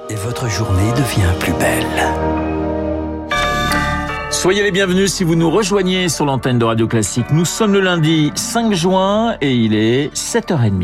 et votre journée devient plus belle. Soyez les bienvenus si vous nous rejoignez sur l'antenne de Radio Classique. Nous sommes le lundi 5 juin et il est 7h30.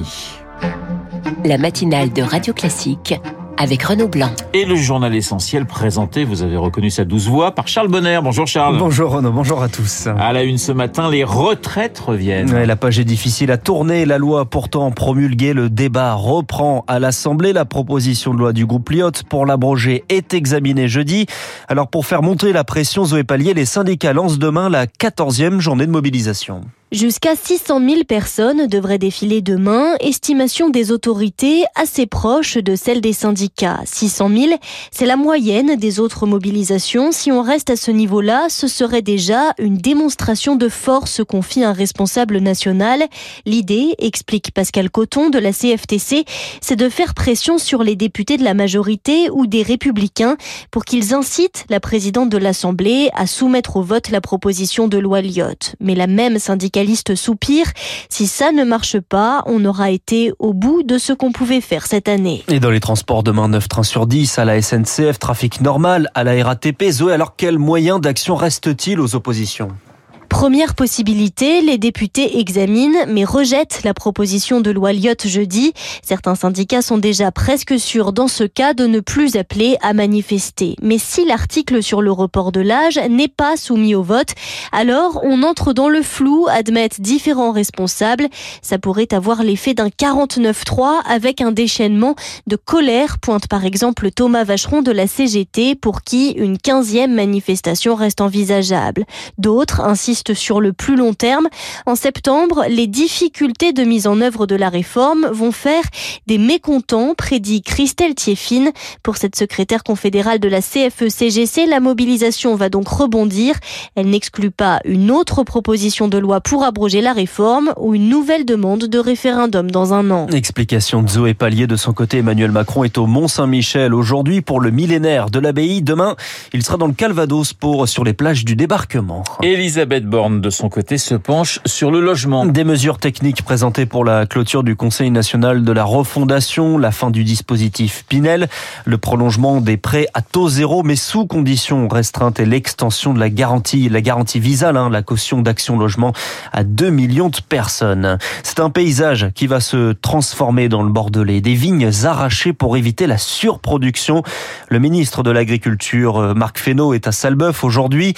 La matinale de Radio Classique avec Renaud Blanc. Et le journal essentiel présenté, vous avez reconnu sa douce voix, par Charles Bonner. Bonjour Charles. Bonjour Renaud, bonjour à tous. À la une ce matin, les retraites reviennent. Ouais, la page est difficile à tourner. La loi pourtant promulguée, le débat reprend à l'Assemblée. La proposition de loi du groupe Lyotte pour l'abroger est examinée jeudi. Alors pour faire monter la pression, Zoé Pallier, les syndicats lancent demain la 14e journée de mobilisation. Jusqu'à 600 000 personnes devraient défiler demain, estimation des autorités assez proche de celle des syndicats. 600 000, c'est la moyenne des autres mobilisations. Si on reste à ce niveau-là, ce serait déjà une démonstration de force, confie un responsable national. L'idée, explique Pascal Coton de la CFTC, c'est de faire pression sur les députés de la majorité ou des Républicains pour qu'ils incitent la présidente de l'Assemblée à soumettre au vote la proposition de loi Lyotte. Mais la même syndicaliste soupire. Si ça ne marche pas, on aura été au bout de ce qu'on pouvait faire cette année. Et dans les transports, demain 9 trains sur 10, à la SNCF, trafic normal, à la RATP. Zoé, alors quels moyens d'action restent-ils aux oppositions ? Première possibilité, les députés examinent mais rejettent la proposition de loi Lyotte jeudi. Certains syndicats sont déjà presque sûrs dans ce cas de ne plus appeler à manifester. Mais si l'article sur le report de l'âge n'est pas soumis au vote, alors on entre dans le flou, admettent différents responsables. Ça pourrait avoir l'effet d'un 49-3 avec un déchaînement de colère, pointe par exemple Thomas Vacheron de la CGT pour qui une 15e manifestation reste envisageable. D'autres insistent sur le plus long terme. En septembre, les difficultés de mise en œuvre de la réforme vont faire des mécontents, prédit Christelle Thieffine. Pour cette secrétaire confédérale de la CFE-CGC, la mobilisation va donc rebondir. Elle n'exclut pas une autre proposition de loi pour abroger la réforme ou une nouvelle demande de référendum dans un an. Explication de Zoé Pallier. De son côté, Emmanuel Macron est au Mont-Saint-Michel aujourd'hui pour le millénaire de l'abbaye. Demain, il sera dans le Calvados sur les plages du débarquement. Elisabeth Borne, de son côté, se penche sur le logement. Des mesures techniques présentées pour la clôture du Conseil national de la refondation, la fin du dispositif Pinel, le prolongement des prêts à taux zéro, mais sous conditions restreintes, et l'extension de la garantie Visale, la caution d'Action Logement à 2 millions de personnes. C'est un paysage qui va se transformer dans le Bordelais. Des vignes arrachées pour éviter la surproduction. Le ministre de l'Agriculture, Marc Fesneau, est à Sallebeuf aujourd'hui.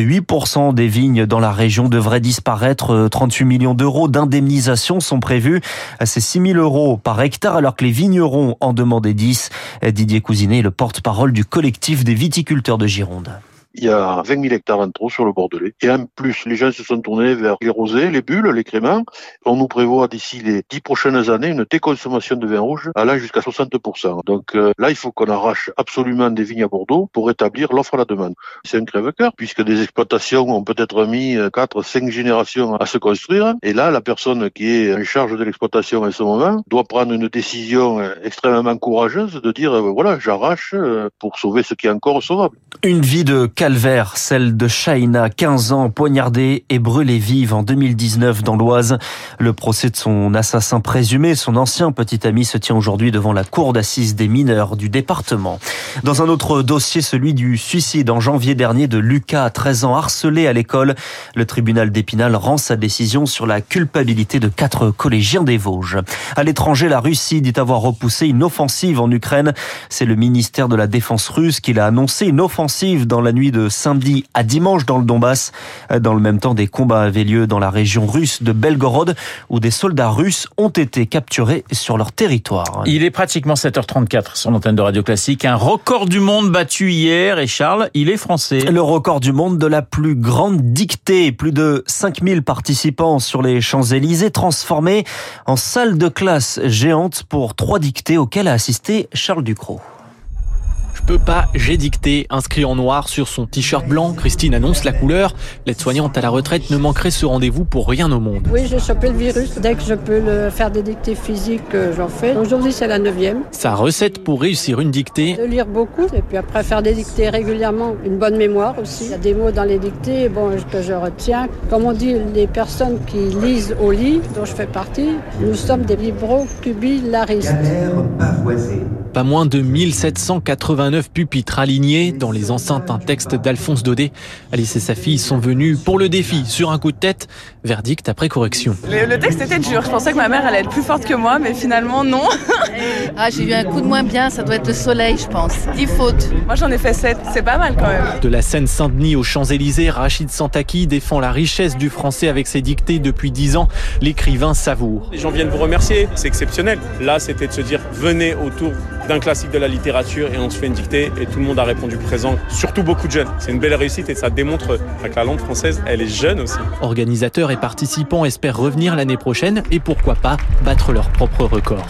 8% des vignes dans la région devraient disparaître. 38 millions d'euros d'indemnisation sont prévus. C'est 6 000 euros par hectare alors que les vignerons en demandaient 10. Didier Cousinet est le porte-parole du collectif des viticulteurs de Gironde. Il y a 20 000 hectares en trop sur le Bordelais. Et en plus, les gens se sont tournés vers les rosés, les bulles, les créments. On nous prévoit d'ici les 10 prochaines années une déconsommation de vin rouge allant jusqu'à 60%. Donc là, il faut qu'on arrache absolument des vignes à Bordeaux pour établir l'offre à la demande. C'est un crève-cœur puisque des exploitations ont peut-être mis 4-5 générations à se construire. Et là, la personne qui est en charge de l'exploitation à ce moment doit prendre une décision extrêmement courageuse de dire voilà, j'arrache pour sauver ce qui est encore sauvable. Une vie de calvaire, celle de Shaina, 15 ans, poignardée et brûlée vive en 2019 dans l'Oise. Le procès de son assassin présumé, son ancien petit ami, se tient aujourd'hui devant la cour d'assises des mineurs du département. Dans un autre dossier, celui du suicide en janvier dernier de Lucas, 13 ans, harcelé à l'école, le tribunal d'Épinal rend sa décision sur la culpabilité de 4 collégiens des Vosges. À l'étranger, la Russie dit avoir repoussé une offensive en Ukraine. C'est le ministère de la Défense russe qui l'a annoncé, une offensive dans la nuit de samedi à dimanche dans le Donbass. Dans le même temps, des combats avaient lieu dans la région russe de Belgorod où des soldats russes ont été capturés sur leur territoire. Il est pratiquement 7h34 sur l'antenne de Radio Classique. Un record du monde battu hier et Charles, il est français. Le record du monde de la plus grande dictée. Plus de 5000 participants sur les Champs-Élysées transformés en salle de classe géante pour 3 dictées auxquelles a assisté Charles Ducrot. peux pas, j'ai dicté. Inscrit en noir sur son t-shirt blanc, Christine annonce la couleur. L'aide-soignante à la retraite ne manquerait ce rendez-vous pour rien au monde. Oui, j'ai chopé le virus. Dès que je peux faire des dictées physiques, j'en fais. Aujourd'hui, c'est la 9e. Sa recette pour réussir une dictée. De lire beaucoup et puis après faire des dictées régulièrement. Une bonne mémoire aussi. Il y a des mots dans les dictées que je retiens. Comme on dit, les personnes qui lisent au lit, dont je fais partie, nous sommes des libro-cubillaristes. Pas moins de 1789 pupitres alignés dans les enceintes, un texte d'Alphonse Daudet. Alice et sa fille sont venues pour le défi sur un coup de tête. Verdict après correction. Le texte était dur. Je pensais que ma mère allait être plus forte que moi, mais finalement non. J'ai eu un coup de moins bien, ça doit être le soleil, je pense. 10 fautes. Moi j'en ai fait 7, c'est pas mal quand même. De la Seine-Saint-Denis aux Champs-Élysées, Rachid Santaki défend la richesse du français avec ses dictées depuis 10 ans. L'écrivain savoure. Les gens viennent vous remercier, c'est exceptionnel. Là, c'était de se dire, venez autour d'un classique de la littérature et on se fait une dictée et tout le monde a répondu présent, surtout beaucoup de jeunes. C'est une belle réussite et ça démontre que la langue française, elle est jeune aussi. Organisateurs et participants espèrent revenir l'année prochaine et pourquoi pas battre leur propre record.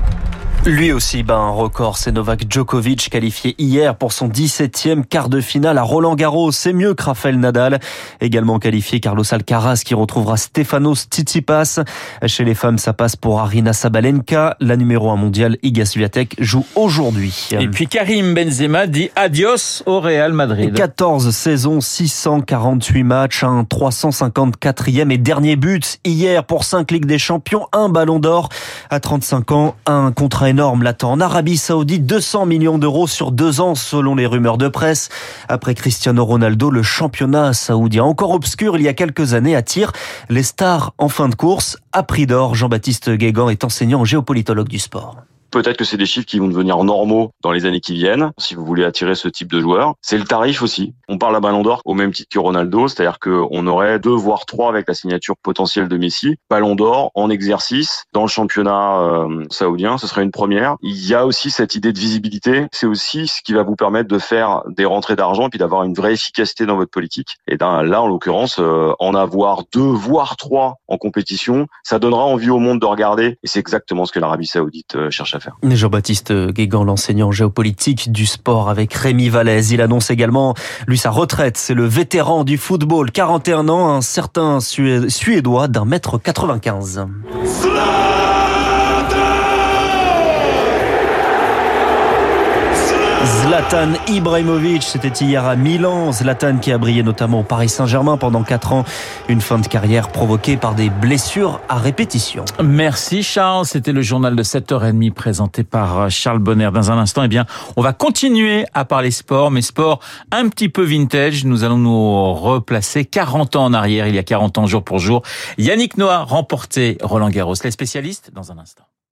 Lui aussi bat un record, c'est Novak Djokovic qualifié hier pour son 17e quart de finale à Roland-Garros. C'est mieux que Rafael Nadal. Également qualifié Carlos Alcaraz qui retrouvera Stefanos Tsitsipas. Chez les femmes, ça passe pour Aryna Sabalenka. La numéro 1 mondiale, Iga Swiatek, joue aujourd'hui. Et puis Karim Benzema dit adios au Real Madrid. 14 saisons, 648 matchs, un 354e et dernier but hier pour 5 Ligues des Champions, un Ballon d'Or à 35 ans, un contrat énorme l'attend en Arabie Saoudite, 200 millions d'euros sur 2 ans selon les rumeurs de presse. Après Cristiano Ronaldo, le championnat saoudien encore obscur il y a quelques années attire les stars en fin de course. À prix d'or, Jean-Baptiste Guégan est enseignant géopolitologue du sport. Peut-être que c'est des chiffres qui vont devenir normaux dans les années qui viennent, si vous voulez attirer ce type de joueurs. C'est le tarif aussi. On parle à Ballon d'Or au même titre que Ronaldo, c'est-à-dire qu'on aurait 2 voire 3 avec la signature potentielle de Messi. Ballon d'Or en exercice dans le championnat saoudien, ce serait une première. Il y a aussi cette idée de visibilité. C'est aussi ce qui va vous permettre de faire des rentrées d'argent et puis d'avoir une vraie efficacité dans votre politique. Et là, en l'occurrence, en avoir 2 voire 3 en compétition, ça donnera envie au monde de regarder. Et c'est exactement ce que l'Arabie Saoudite cherche à faire. Jean-Baptiste Guégan, l'enseignant géopolitique du sport avec Rémi Vallès. Il annonce également, lui, sa retraite. C'est le vétéran du football, 41 ans, un certain Suédois d'1m95. Zlatan Ibrahimovic, c'était hier à Milan. Zlatan qui a brillé notamment au Paris Saint-Germain pendant 4 ans. Une fin de carrière provoquée par des blessures à répétition. Merci Charles, c'était le journal de 7h30 présenté par Charles Bonner. Dans un instant, on va continuer à parler sport, mais sport un petit peu vintage. Nous allons nous replacer 40 ans en arrière, il y a 40 ans jour pour jour. Yannick Noah remportait Roland Garros. Les spécialistes, dans un instant.